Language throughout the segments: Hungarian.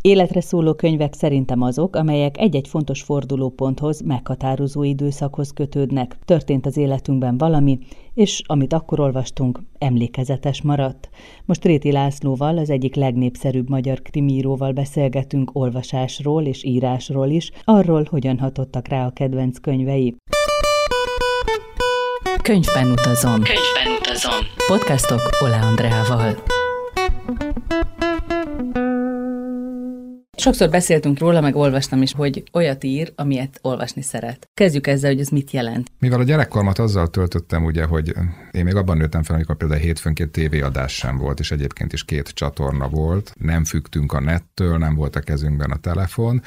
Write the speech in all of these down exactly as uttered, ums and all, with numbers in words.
Életre szóló könyvek szerintem azok, amelyek egy-egy fontos fordulóponthoz, meghatározó időszakhoz kötődnek. Történt az életünkben valami, és amit akkor olvastunk, emlékezetes maradt. Most Réti Lászlóval, az egyik legnépszerűbb magyar krimiíróval beszélgetünk olvasásról és írásról is, arról, hogyan hatottak rá a kedvenc könyvei. Könyvben utazom. Könyvben utazom. Podcastok Oláh Andreával. Sokszor beszéltünk róla, meg olvastam is, hogy olyat ír, amilyet olvasni szeret. Kezdjük ezzel, hogy ez mit jelent. Mivel a gyerekkormat azzal töltöttem, ugye, hogy én még abban nőttem fel, amikor például hétfőnként tévéadás sem volt, és egyébként is két csatorna volt, nem függtünk a nettől, nem volt a kezünkben a telefon.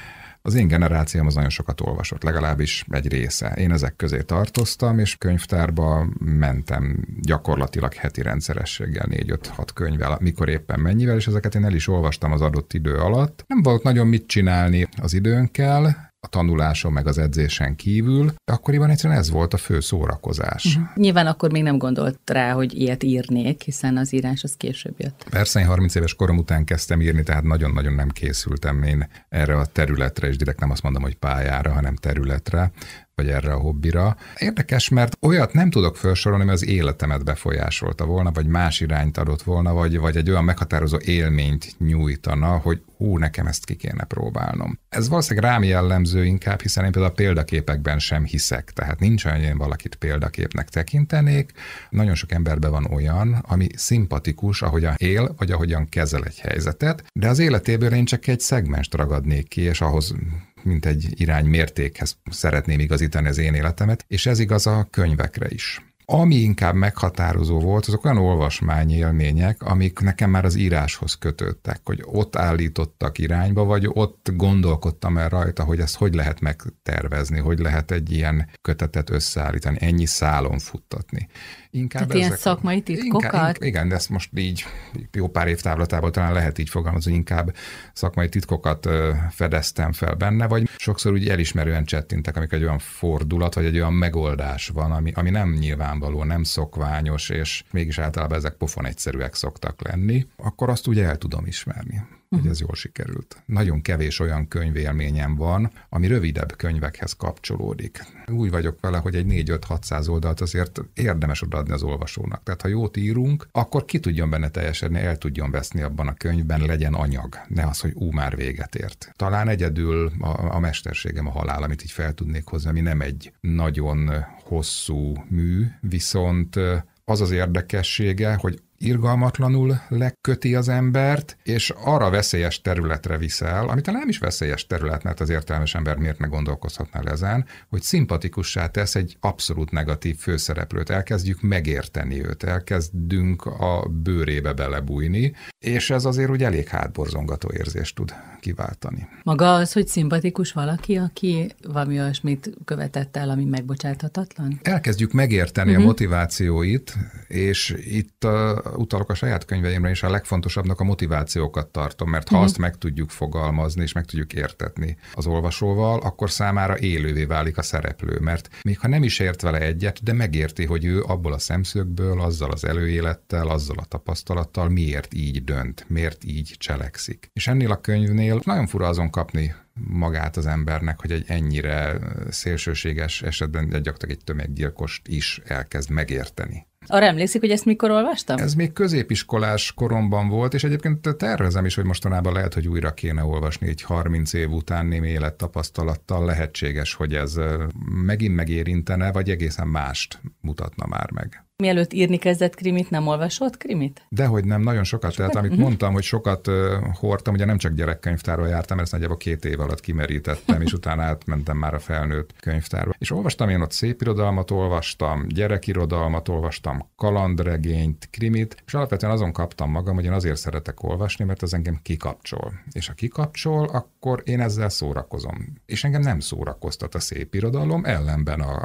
Az én generációm az nagyon sokat olvasott, legalábbis egy része. Én ezek közé tartoztam, és könyvtárba mentem gyakorlatilag heti rendszerességgel négy-öt-hat könyvvel, mikor éppen mennyivel, és ezeket én el is olvastam az adott idő alatt. Nem volt nagyon mit csinálni az időnkkel, a tanuláson meg az edzésen kívül, akkoriban egyszerűen ez volt a fő szórakozás. Uh-huh. Nyilván akkor még nem gondolt rá, hogy ilyet írnék, hiszen az írás az később jött. Persze, én harminc éves korom után kezdtem írni, tehát nagyon-nagyon nem készültem én erre a területre, és direkt nem azt mondom, hogy pályára, hanem területre, vagy erre a hobbira. Érdekes, mert olyat nem tudok felsorolni, mert az életemet befolyásolta volna, vagy más irányt adott volna, vagy, vagy egy olyan meghatározó élményt nyújtana, hogy hú, nekem ezt ki kéne próbálnom. Ez valószínűleg rám jellemző inkább, hiszen én például a példaképekben sem hiszek, tehát nincs olyan, hogy én valakit példaképnek tekintenék. Nagyon sok emberben van olyan, ami szimpatikus, ahogyan él, vagy ahogyan kezel egy helyzetet, de az életéből én csak egy szegmenst ragadnék ki, és ahhoz mint egy iránymértékhez szeretném igazítani az én életemet, és ez igaz a könyvekre is. Ami inkább meghatározó volt, azok olyan olvasmányi élmények, amik nekem már az íráshoz kötődtek, hogy ott állítottak irányba, vagy ott gondolkodtam el rajta, hogy ezt hogy lehet megtervezni, hogy lehet egy ilyen kötetet összeállítani, ennyi szálon futtatni. Inkább Tehát ilyen szakmai titkokat? Inkább, igen, de ezt most így jó pár év távlatából talán lehet így fogalmazni, hogy inkább szakmai titkokat fedeztem fel benne, vagy sokszor úgy elismerően csettintek, amikor egy olyan fordulat, vagy egy olyan megoldás van, ami, ami nem nyilvánvaló, nem szokványos, és mégis általában ezek pofon egyszerűek szoktak lenni, akkor azt úgy el tudom ismerni, hogy ez jól sikerült. Nagyon kevés olyan könyvélményem van, ami rövidebb könyvekhez kapcsolódik. Úgy vagyok vele, hogy egy négy-öt-hatszáz oldalt azért érdemes odaadni az olvasónak. Tehát ha jót írunk, akkor ki tudjon benne teljesedni, el tudjon veszni abban a könyvben, legyen anyag. Ne az, hogy ú, már véget ért. Talán egyedül a, a mesterségem a halál, amit így fel tudnék hozni, ami nem egy nagyon hosszú mű, viszont az az érdekessége, hogy irgalmatlanul leköti az embert, és arra veszélyes területre viszel, ami talán nem is veszélyes terület, mert az értelmes ember miért ne gondolkozhatna ezen, hogy szimpatikussá tesz egy abszolút negatív főszereplőt, elkezdjük megérteni őt, elkezdünk a bőrébe belebújni, és ez azért úgy elég hátborzongató érzést tud kiváltani. Maga az, hogy szimpatikus valaki, aki valami olyasmit követett el, ami megbocsáthatatlan? Elkezdjük megérteni uh-huh. a motivációit, és itt uh, utalok a saját könyveimre, és a legfontosabbnak a motivációkat tartom, mert ha uh-huh. azt meg tudjuk fogalmazni, és meg tudjuk értetni az olvasóval, akkor számára élővé válik a szereplő, mert még ha nem is ért vele egyet, de megérti, hogy ő abból a szemszögből, azzal az előélettel, azzal a tapasztalattal miért így dönt, miért így cselekszik. És ennél a könyvnél nagyon fura azon kapni magát az embernek, hogy egy ennyire szélsőséges esetben gyakorlatilag egy tömeggyilkost is elkezd megérteni. Arra emlékszik, hogy ezt mikor olvastam? Ez még középiskolás koromban volt, és egyébként tervezem is, hogy mostanában lehet, hogy újra kéne olvasni egy harminc év után némi élettapasztalattal. Lehetséges, hogy ez megint megérintene, vagy egészen mást mutatna már meg. Mielőtt írni kezdett krimit, nem olvasott krimit? Dehogy nem, nagyon sokat. sokat? Tehát amit uh-huh. mondtam, hogy sokat uh, hordtam, ugye nem csak gyerekkönyvtárba jártam, mert ezt nagyjából két év alatt kimerítettem, és utána átmentem már a felnőtt könyvtárba. És olvastam én ott szépirodalmat, olvastam gyerekirodalmat, olvastam kalandregényt, krimit, és alapvetően azon kaptam magam, hogy én azért szeretek olvasni, mert az engem kikapcsol. És ha kikapcsol, akkor én ezzel szórakozom. És engem nem szórakoztat a szépirodalom, ellenben a, a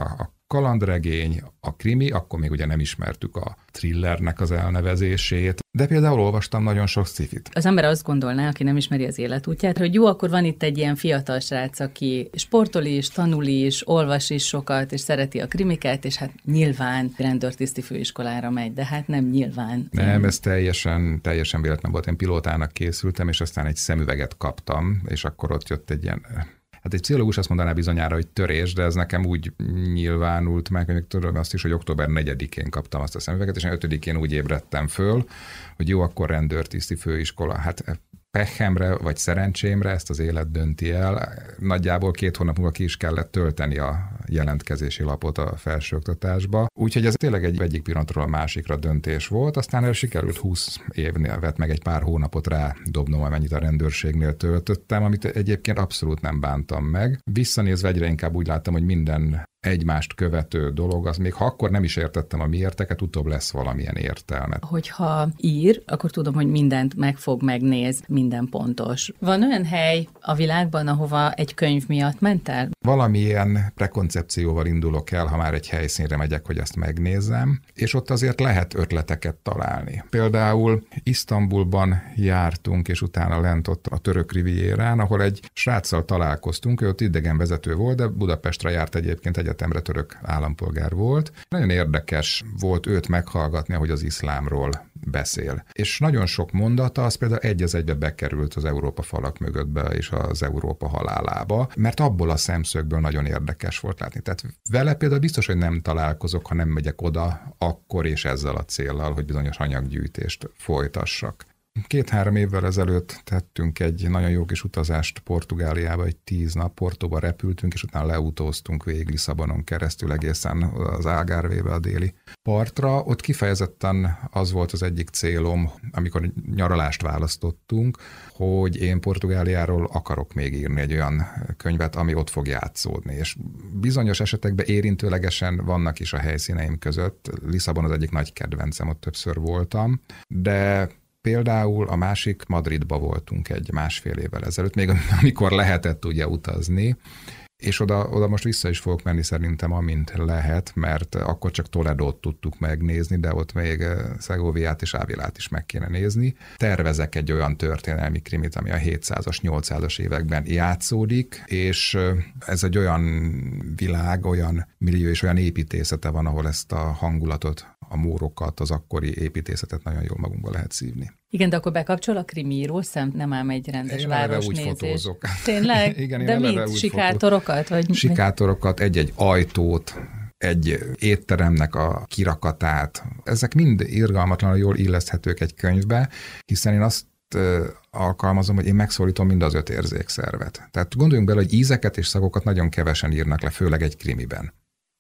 kalandregény, a krimi, akkor még ugye nem ismertük a thrillernek az elnevezését, de például olvastam nagyon sok sci-fit. Az ember azt gondolná, aki nem ismeri az életútját, hogy jó, akkor van itt egy ilyen fiatal srác, aki sportol is, tanul is, olvas is sokat, és szereti a krimiket, és hát nyilván rendőrtiszti főiskolára megy, de hát nem nyilván. Nem, ez teljesen, teljesen véletlen volt. Én pilótának készültem, és aztán egy szemüveget kaptam, és akkor ott jött egy ilyen... Hát egy pszichológus azt mondaná bizonyára, hogy törés, de ez nekem úgy nyilvánult meg, hogy tudom azt is, hogy október negyedikén kaptam azt a szemüveget, és ötödikén úgy ébredtem föl, hogy jó, akkor rendőrtiszti főiskola. Hát pehemre vagy szerencsémre ezt az élet dönti el. Nagyjából két hónap múlva ki is kellett tölteni a jelentkezési lapot a felsőoktatásba. Úgyhogy ez tényleg egy egyik pillanatról a másikra döntés volt, aztán el sikerült húsz évnél vett meg egy pár hónapot rá dobnom, amennyit a rendőrségnél töltöttem, amit egyébként abszolút nem bántam meg. Visszanézve egyre inkább úgy láttam, hogy minden egymást követő dolog, az még ha akkor nem is értettem a miérteket, utóbb lesz valamilyen értelme. Hogyha ír, akkor tudom, hogy mindent megfog, megnéz, minden pontos. Van olyan hely a világban, ahova egy könyv miatt ment el? Valamilyen prekoncepcióval indulok el, ha már egy helyszínre megyek, hogy ezt megnézzem, és ott azért lehet ötleteket találni. Például Isztambulban jártunk, és utána lent ott a török rivierán, ahol egy sráccal találkoztunk, ő ott idegenvezető volt, de Budapestre járt egyébként, egyetemre török állampolgár volt. Nagyon érdekes volt őt meghallgatni, ahogy az iszlámról beszél. És nagyon sok mondata, az például egy az egybe bekerült az Európa falak mögöttbe és az Európa halálába, mert abból a szemszögből nagyon érdekes volt látni. Tehát vele például biztos, hogy nem találkozok, ha nem megyek oda akkor és ezzel a céllal, hogy bizonyos anyaggyűjtést folytassak. Két-három évvel ezelőtt tettünk egy nagyon jó kis utazást Portugáliába, egy tíz nap Portóba repültünk, és utána leutóztunk végig Lisszabonon keresztül egészen az Algarvébe, a déli partra. Ott kifejezetten az volt az egyik célom, amikor nyaralást választottunk, hogy én Portugáliáról akarok még írni egy olyan könyvet, ami ott fog játszódni. És bizonyos esetekben érintőlegesen vannak is a helyszíneim között. Lisszabon az egyik nagy kedvencem, ott többször voltam, de például a másik Madridba voltunk egy másfél évvel ezelőtt, még amikor lehetett ugye utazni, és oda, oda most vissza is fogok menni szerintem, amint lehet, mert akkor csak Toledót tudtuk megnézni, de ott még Szegóviát és Ávilát is meg kéne nézni. Tervezek egy olyan történelmi krimit, ami a hétszázas, nyolcszázas években játszódik, és ez egy olyan világ, olyan millió és olyan építészete van, ahol ezt a hangulatot, a mórokat, az akkori építészetet nagyon jól magunkba lehet szívni. Igen, de akkor bekapcsol a krimíró szem, nem ám egy rendes én városnézés. Úgy fotózok. Tényleg? Igen, de mit? Sikátorokat? Vagy Sikátorokat, egy-egy ajtót, egy étteremnek a kirakatát. Ezek mind irgalmatlanul jól illeszthetők egy könyvbe, hiszen én azt alkalmazom, hogy én megszólítom mind az öt érzékszervet. Tehát gondoljunk bele, hogy ízeket és szagokat nagyon kevesen írnak le, főleg egy krimiben.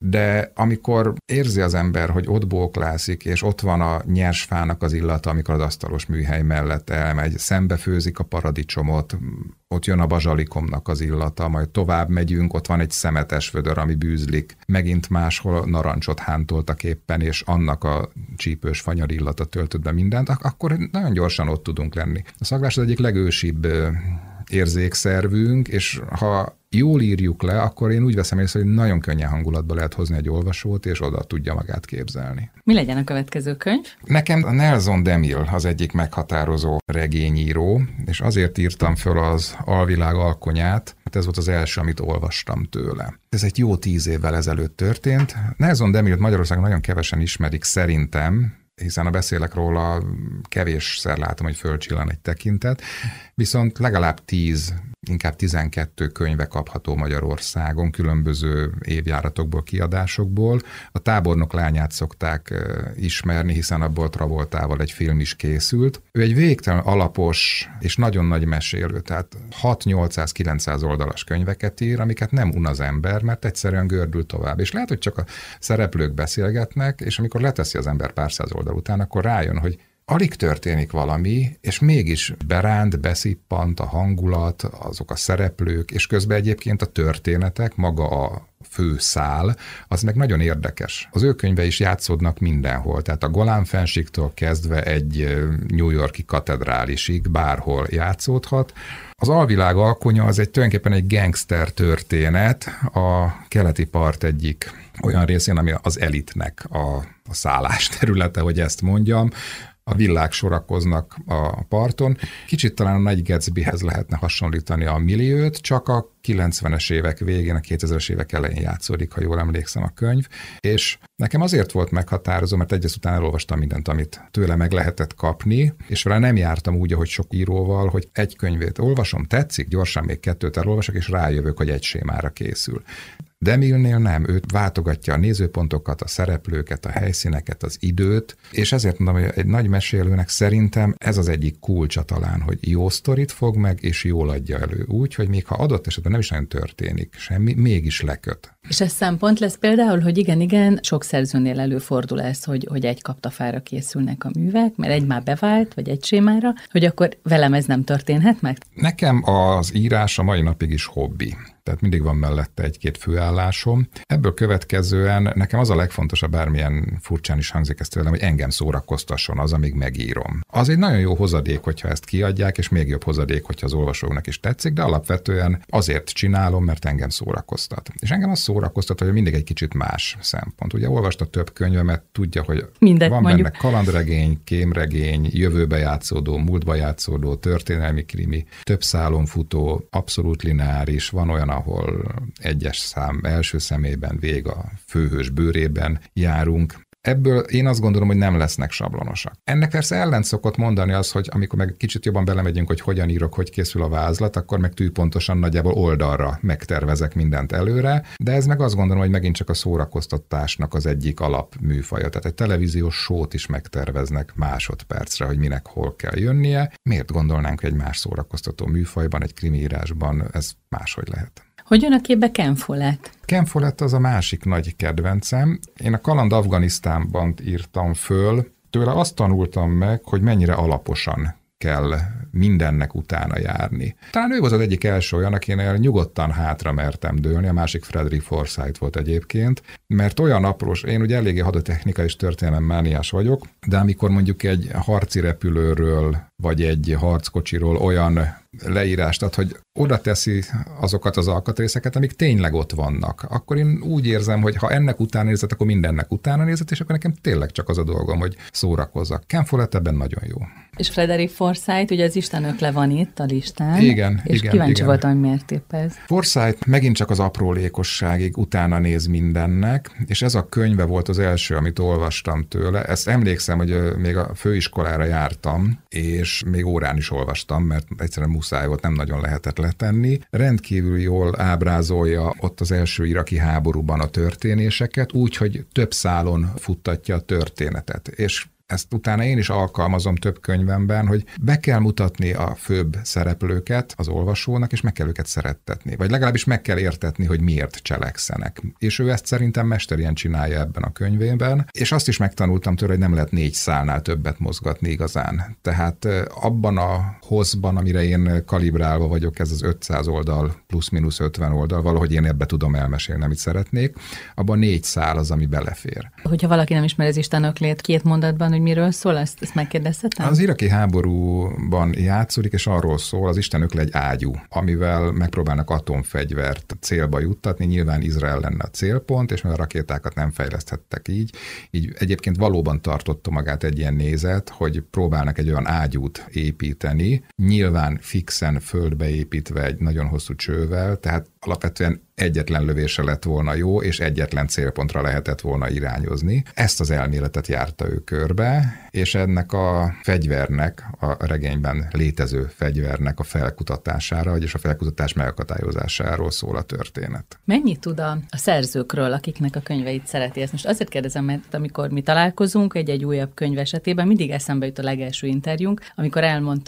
De amikor érzi az ember, hogy ott bóklászik, és ott van a nyersfának az illata, amikor az asztalos műhely mellett elmegy, szembefőzik a paradicsomot, ott jön a bazsalikomnak az illata, majd tovább megyünk, ott van egy szemetes vödör, ami bűzlik, megint máshol narancsot hántoltak éppen, és annak a csípős fanyar illata töltött be mindent, akkor nagyon gyorsan ott tudunk lenni. A szaglás az egyik legősibb érzékszervünk, és ha jól írjuk le, akkor én úgy veszem észre, hogy nagyon könnyen hangulatba lehet hozni egy olvasót, és oda tudja magát képzelni. Mi legyen a következő könyv? Nekem a Nelson DeMille az egyik meghatározó regényíró, és azért írtam föl az Alvilág alkonyát, mert ez volt az első, amit olvastam tőle. Ez egy jó tíz évvel ezelőtt történt. Nelson DeMille-t Magyarországon nagyon kevesen ismerik szerintem, hiszen a beszélek róla, kevésszer látom, hogy fölcsillan egy tekintet, viszont legalább tíz, inkább tizenkettő könyve kapható Magyarországon, különböző évjáratokból, kiadásokból. A Tábornok lányát szokták ismerni, hiszen abból Travoltával egy film is készült. Ő egy végtelen alapos és nagyon nagy mesélő, tehát hat-nyolcszáz-kilencszáz oldalas könyveket ír, amiket nem un az ember, mert egyszerűen gördül tovább. És lehet, hogy csak a szereplők beszélgetnek, és amikor leteszi az ember pár száz oldal után, akkor rájön, hogy alig történik valami, és mégis beránt, beszippant a hangulat, azok a szereplők, és közben egyébként a történetek, maga a fő szál, az meg nagyon érdekes. Az ő könyve is játszódnak mindenhol, tehát a Golán-fennsíktól kezdve egy New York-i katedrálisig bárhol játszódhat. Az alvilág alkonya az egy tulajdonképpen egy gangster történet a keleti part egyik olyan részén, ami az elitnek a, a szállás területe, hogy ezt mondjam. A villák sorakoznak a parton. Kicsit talán a Nagy Gatsbyhez lehetne hasonlítani a milliót, csak a kilencvenes évek végén, a kétezres évek elején játszódik, ha jól emlékszem a könyv, és nekem azért volt meghatározó, mert egyes után elolvastam mindent, amit tőle meg lehetett kapni, és vele nem jártam úgy, ahogy sok íróval, hogy egy könyvét olvasom, tetszik, gyorsan még kettőt elolvasok, és rájövök, hogy egy sémára készül. DeMille-nél nem, ő váltogatja a nézőpontokat, a szereplőket, a helyszíneket, az időt, és ezért mondom, hogy egy nagy mesélőnek szerintem ez az egyik kulcsa talán, hogy jó sztorit fog meg, és jól adja elő úgy, hogy még ha adott esetben nem is nagyon történik semmi, mégis leköt. És ez szempont lesz például, hogy igen, igen, sok szerzőnél előfordul ez, hogy, hogy egy kaptafára készülnek a művek, mert egy már bevált, vagy egy sémára, hogy akkor velem ez nem történhet meg? Nekem az írás a mai napig is hobbi. Tehát mindig van mellette egy-két főállásom. Ebből következően nekem az a legfontosabb, bármilyen furcsán is hangzik ezt tőlem, hogy engem szórakoztasson az, amíg megírom. Az egy nagyon jó hozadék, hogyha ezt kiadják, és még jobb hozadék, hogyha az olvasóknak is tetszik, de alapvetően azért csinálom, mert engem szórakoztat. És engem az szórakoztat, hogy mindig egy kicsit más szempont. Ugye olvasta több könyvemet, tudja, hogy Mindegy, van mondjuk. benne kalandregény, kémregény, jövőbe játszódó, múltba játszódó, történelmi krimi, több szálon futó, abszolút lineáris, van olyan, ahol egyes szám első személyben vég a főhős bőrében járunk. Ebből én azt gondolom, hogy nem lesznek sablonosak. Ennek persze ellent szokott mondani az, hogy amikor meg kicsit jobban belemegyünk, hogy hogyan írok, hogy készül a vázlat, akkor meg tűpontosan nagyjából oldalra megtervezek mindent előre, de ez meg azt gondolom, hogy megint csak a szórakoztatásnak az egyik alapműfaja. Tehát egy televíziós sót is megterveznek másodpercre, hogy minek hol kell jönnie. Miért gondolnánk, hogy egy más szórakoztató műfajban, egy krimiírásban ez máshogy lehet? Hogy jön a képbe Ken Follett? Ken Follett az a másik nagy kedvencem. Én a Kaland Afganisztánban írtam föl, tőle azt tanultam meg, hogy mennyire alaposan kell mindennek utána járni. Talán ő volt az egyik első olyan, akinél nyugodtan hátra mertem dőlni, a másik Frederick Forsyth volt egyébként, mert olyan aprós, én ugye eléggé hadotechnika és történelemmániás vagyok, de amikor mondjuk egy harci repülőről, vagy egy harckocsiról olyan leírást ad, hogy oda teszi azokat az alkatrészeket, amik tényleg ott vannak, akkor én úgy érzem, hogy ha ennek utána nézett, akkor mindennek utána nézett, és akkor nekem tényleg csak az a dolgom, hogy szórakozzak. Ken Follett ebben nagyon jó. És Frederick Forsyth, ugye az Istenökle van itt a listán. Igen, és igen, kíváncsi igen. voltam, hogy miért épp ez. Forsyth megint csak az aprólékosságig utána néz mindennek, és ez a könyve volt az első, amit olvastam tőle. Ezt emlékszem, hogy még a főiskolára jártam, és még órán is olvastam, mert egyszerűen muszáj volt, nem nagyon lehetett letenni. Rendkívül jól ábrázolja ott az első iraki háborúban a történéseket, úgy, hogy több szálon futtatja a történetet. És ezt utána én is alkalmazom több könyvemben, hogy be kell mutatni a főbb szereplőket az olvasónak, és meg kell őket szerettetni. Vagy legalábbis meg kell értetni, hogy miért cselekszenek. És ő ezt szerintem mesterien csinálja ebben a könyvében, és azt is megtanultam tőle, hogy nem lehet négy szálnál többet mozgatni igazán. Tehát abban a hosszban, amire én kalibrálva vagyok, ez az ötszáz oldal plusz-minusz ötven oldal, valahogy én ebbe tudom elmesélni, amit szeretnék, abban négy szál az, ami belefér. Hogyha valaki nem ismer az Istenöklét két mondatban, hogy miről szól, ezt, ezt megkérdezhetem? Az iraki háborúban játszódik, és arról szól, az Istenökle egy ágyú, amivel megpróbálnak atomfegyvert célba juttatni, nyilván Izrael lenne a célpont, és mert a rakétákat nem fejleszthettek így, így egyébként valóban tartotta magát egy ilyen nézet, hogy próbálnak egy olyan ágyút építeni, nyilván fixen földbe építve egy nagyon hosszú csővel, tehát alapvetően egyetlen lövése lett volna jó, és egyetlen célpontra lehetett volna irányozni. Ezt az elméletet járta ő körbe, és ennek a fegyvernek, a regényben létező fegyvernek a felkutatására, vagyis a felkutatás megakadályozásáról szól a történet. Mennyit tud a, a szerzőkről, akiknek a könyveit szereti? Ezt most azért kérdezem, mert amikor mi találkozunk egy-egy újabb könyv esetében, mindig eszembe jut a legelső interjúnk, amikor elmondta,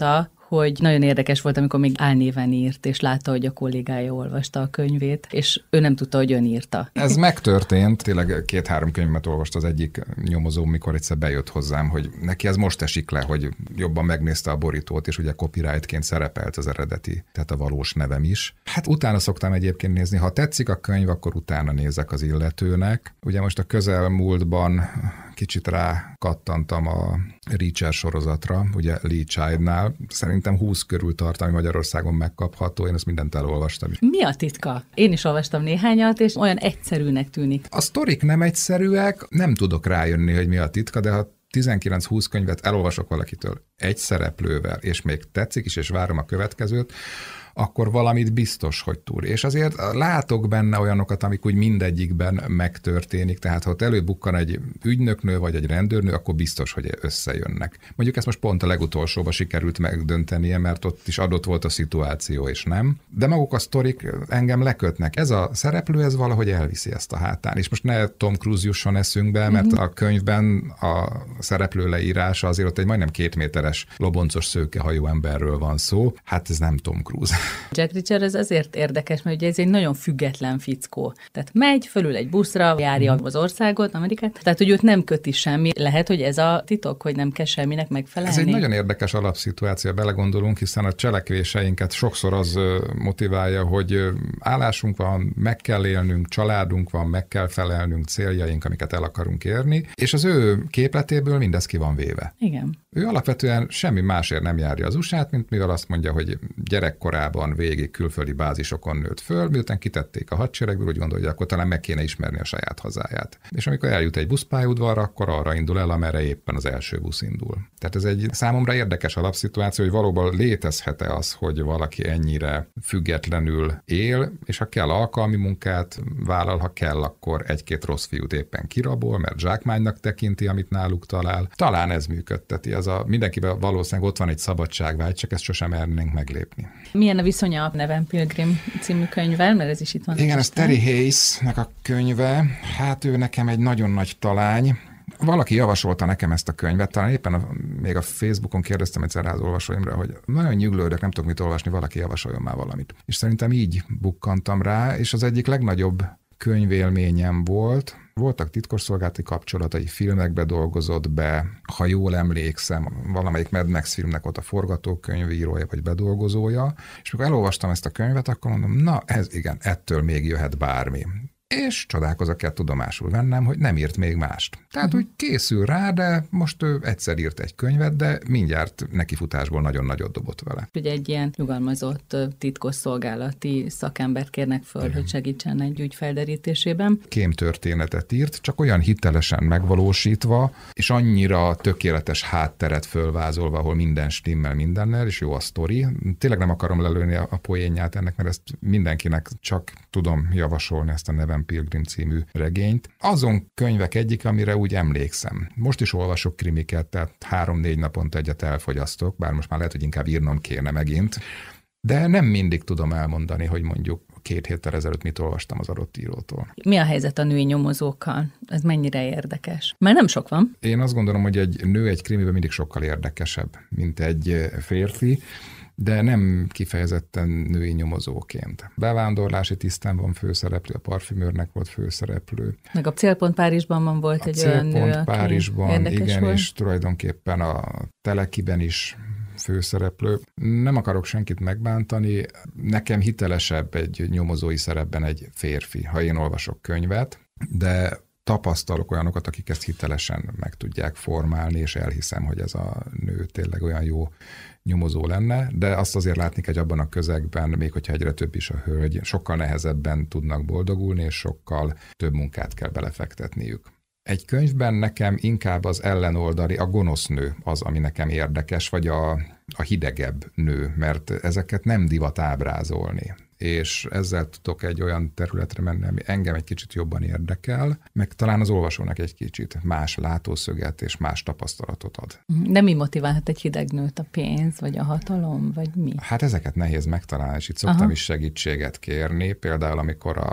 hogy nagyon érdekes volt, amikor még álnéven írt, és látta, hogy a kollégája olvasta a könyvét, és ő nem tudta, hogy ön írta. Ez megtörtént, tényleg két-három könyvet olvast az egyik nyomozó, mikor egyszer bejött hozzám, hogy neki ez most esik le, hogy jobban megnézte a borítót, és ugye copyrightként szerepelt az eredeti, tehát a valós nevem is. Hát utána szoktam egyébként nézni, ha tetszik a könyv, akkor utána nézek az illetőnek. Ugye most a közelmúltban kicsit rákattantam a Reacher sorozatra, ugye Lee Childnál. Szerintem húsz körül tart, ami Magyarországon megkapható, én ezt mindent elolvastam. Mi a titka? Én is olvastam néhányat, és olyan egyszerűnek tűnik. A sztorik nem egyszerűek, nem tudok rájönni, hogy mi a titka, de ha tizenkilenc-húsz könyvet elolvasok valakitől egy szereplővel, és még tetszik is, és várom a következőt, akkor valamit biztos, hogy tud. És azért látok benne olyanokat, amik úgy mindegyikben megtörténik, tehát ha ott előbukkan egy ügynöknő vagy egy rendőrnő, akkor biztos, hogy összejönnek. Mondjuk ezt most pont a legutolsóban sikerült megdöntenie, mert ott is adott volt a szituáció, és nem. De maguk a sztorik engem lekötnek. Ez a szereplő, ez valahogy elviszi ezt a hátán. És most ne Tom Cruise jusson eszünkbe, mert mm-hmm. a könyvben a szereplő leírása azért ott egy majdnem két méteres loboncos szőkehajú emberről van szó. Hát ez nem Tom Cruise. Jack Reacher ez azért érdekes, mert ugye ez egy nagyon független fickó. Tehát megy fölül egy buszra, járja az országot, Amerikát, tehát hogy őt nem köti semmi. Lehet, hogy ez a titok, hogy nem kell semminek megfelelni? Ez egy nagyon érdekes alapszituáció, belegondolunk, hiszen a cselekvéseinket sokszor az motiválja, hogy állásunk van, meg kell élnünk, családunk van, meg kell felelnünk, céljaink, amiket el akarunk érni, és az ő képletéből mindez ki van véve. Igen. Ő alapvetően semmi másért nem járja az u es á-t, mint mivel azt mondja, hogy gyerekkorában végig külföldi bázisokon nőtt föl, miután kitették a hadseregből, úgy gondolja, akkor talán meg kéne ismerni a saját hazáját. És amikor eljut egy buszpályaudvarra, akkor arra indul el, amerre éppen az első busz indul. Tehát ez egy számomra érdekes alapszituáció, hogy valóban létezhet-e az, hogy valaki ennyire függetlenül él, és ha kell alkalmi munkát vállal, ha kell, akkor egy-két rossz fiút éppen kirabol, mert zsákmánynak tekinti, amit náluk talál. Talán ez működteti. Az a, mindenkiben valószínűleg ott van egy szabadságvágy, csak ezt sosem mernénk meglépni. Milyen a viszonya a Neven Pilgrim című könyvvel, mert ez is itt van. Igen, ez Terry Hayes-nek a könyve. Hát ő nekem egy nagyon nagy talány. Valaki javasolta nekem ezt a könyvet, talán éppen a, még a Facebookon kérdeztem egyszer rá az olvasóimra, hogy nagyon nyüglődök, nem tudok mit olvasni, valaki javasoljon már valamit. És szerintem így bukkantam rá, és az egyik legnagyobb könyvélményem volt. Voltak titkosszolgálati kapcsolatai, filmekbe dolgozott be, ha jól emlékszem, valamelyik Mad Max filmnek ott a forgatókönyvírója vagy bedolgozója, és mikor elolvastam ezt a könyvet, akkor mondom, na ez igen, ettől még jöhet bármi. És csodálkozok, kell tudomásul vennem, hogy nem írt még mást. Tehát, uh-huh. hogy készül rá, de most ő egyszer írt egy könyvet, de mindjárt nekifutásból nagyon nagyot dobott vele. Ugye egy ilyen nyugalmazott titkosszolgálati szakembert kérnek föl, igen. hogy segítsen egy ügy felderítésében. Kémtörténetet írt, csak olyan hitelesen megvalósítva, és annyira tökéletes hátteret fölvázolva, ahol minden stimmel mindennel, és jó a sztori. Tényleg nem akarom lelőni a poénját ennek, mert ezt mindenkinek csak tudom javasolni, ezt a Neven Pilgrim című regényt. Azon könyvek egyik, amire úgy emlékszem. Most is olvasok krimiket, tehát három-négy naponta egyet elfogyasztok, bár most már lehet, hogy inkább írnom kéne megint, de nem mindig tudom elmondani, hogy mondjuk két héttel ezelőtt mit olvastam az adott írótól. Mi a helyzet a női nyomozókkal? Ez mennyire érdekes? Mert nem sok van. Én azt gondolom, hogy egy nő egy krimiben mindig sokkal érdekesebb, mint egy férfi, de nem kifejezetten női nyomozóként. Bevándorlási tisztán van főszereplő, a parfümőrnek volt főszereplő. Meg a Célpont Párizsban van volt a egy olyan nő, Célpont Párizsban, igen, volt. És tulajdonképpen a Telekiben is főszereplő. Nem akarok senkit megbántani, nekem hitelesebb egy nyomozói szerepben egy férfi, ha én olvasok könyvet, de tapasztalok olyanokat, akik ezt hitelesen meg tudják formálni, és elhiszem, hogy ez a nő tényleg olyan jó nyomozó lenne, de azt azért látni kell, hogy abban a közegben, még hogyha egyre több is a hölgy, sokkal nehezebben tudnak boldogulni, és sokkal több munkát kell belefektetniük. Egy könyvben nekem inkább az ellenoldali, a gonosz nő az, ami nekem érdekes, vagy a, a hidegebb nő, mert ezeket nem divat ábrázolni. És ezzel tudok egy olyan területre menni, ami engem egy kicsit jobban érdekel, meg talán az olvasónak egy kicsit más látószöget és más tapasztalatot ad. De mi motiválhat egy hideg nőt? A pénz, vagy a hatalom, vagy mi? Hát ezeket nehéz megtalálni, és itt szoktam Aha. is segítséget kérni, például amikor a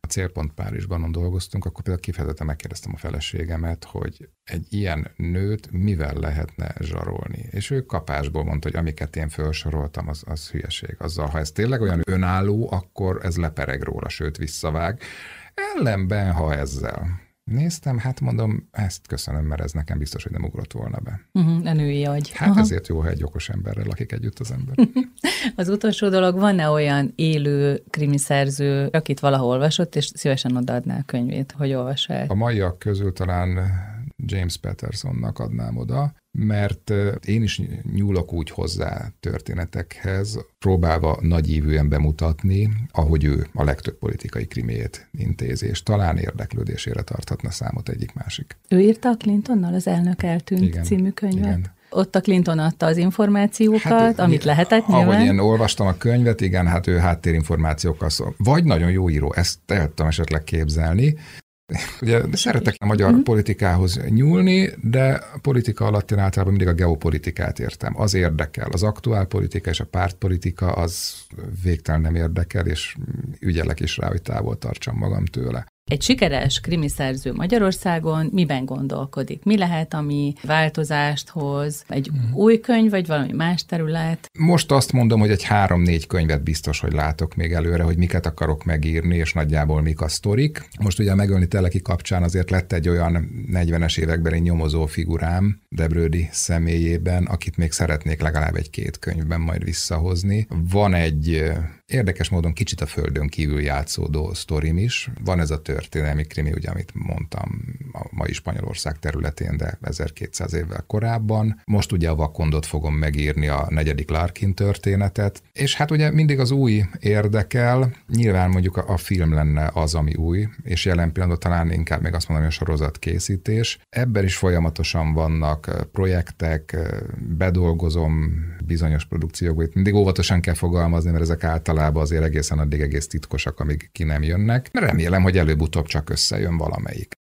Célpont Párizsban dolgoztunk, akkor például kifejezetten megkérdeztem a feleségemet, hogy egy ilyen nőt mivel lehetne zsarolni. És ő kapásból mondta, hogy amiket én felsoroltam, az, az hülyeség. Azzal, ha ez tényleg olyan önálló, akkor ez lepereg róla, sőt visszavág. Ellenben, ha ezzel néztem, hát mondom, ezt köszönöm, mert ez nekem biztos, hogy nem ugrott volna be. Uh-huh, a női agy. Hát Aha. ezért jó, ha egy okos emberrel lakik együtt az ember. Az utolsó dolog, van-e olyan élő krimiszerző, akit valahol olvasott, és szívesen odaadná a könyvét, hogy olvassa el? A maiak közül talán James Pattersonnak adnám oda, mert én is nyúlok úgy hozzá történetekhez, próbálva nagyívűen bemutatni, ahogy ő a legtöbb politikai krimiét intézi, és talán érdeklődésére tarthatna számot egyik-másik. Ő írta a Clintonnal az Elnök eltűnt igen, című könyvet? Igen. Ott a Clinton adta az információkat, hát, amit lehetett nyilván. Ahogy nyilván. én olvastam a könyvet, igen, hát ő háttérinformációkkal szól. Vagy nagyon jó író, ezt el tudom esetleg képzelni. Ugye szeretek a magyar mm. politikához nyúlni, de a politika alatt én általában mindig a geopolitikát értem. Az érdekel. Az aktuál politika és a pártpolitika az végtelen nem érdekel, és ügyelek is rá, hogy távol tartsam magam tőle. Egy sikeres krimiszerző Magyarországon miben gondolkodik? Mi lehet, ami változást hoz? Egy hmm. új könyv, vagy valami más terület? Most azt mondom, hogy egy három-négy könyvet biztos, hogy látok még előre, hogy miket akarok megírni, és nagyjából mik a sztorik. Most ugye a Megölni Teleki kapcsán azért lett egy olyan negyvenes évekbeli nyomozó figurám Debrődy személyében, akit még szeretnék legalább egy-két könyvben majd visszahozni. Van egy érdekes módon kicsit a földön kívül játszódó sztorim is. Van ez a történelmi krimi, ugye, amit mondtam, a mai Spanyolország területén, de ezerkétszáz évvel korábban. Most ugye a Vakondot fogom megírni, a negyedik Larkin történetet, és hát ugye mindig az új érdekel, nyilván mondjuk a, a film lenne az, ami új, és jelen pillanatban talán inkább még azt mondom, hogy a sorozatkészítés. Ebben is folyamatosan vannak projektek, bedolgozom bizonyos produkciókba, itt mindig óvatosan kell fogalmazni, mert ezek általában azért egészen addig egész titkosak, amíg ki nem jönnek. Remélem, hogy előbb-utóbb csak összejön valamelyik.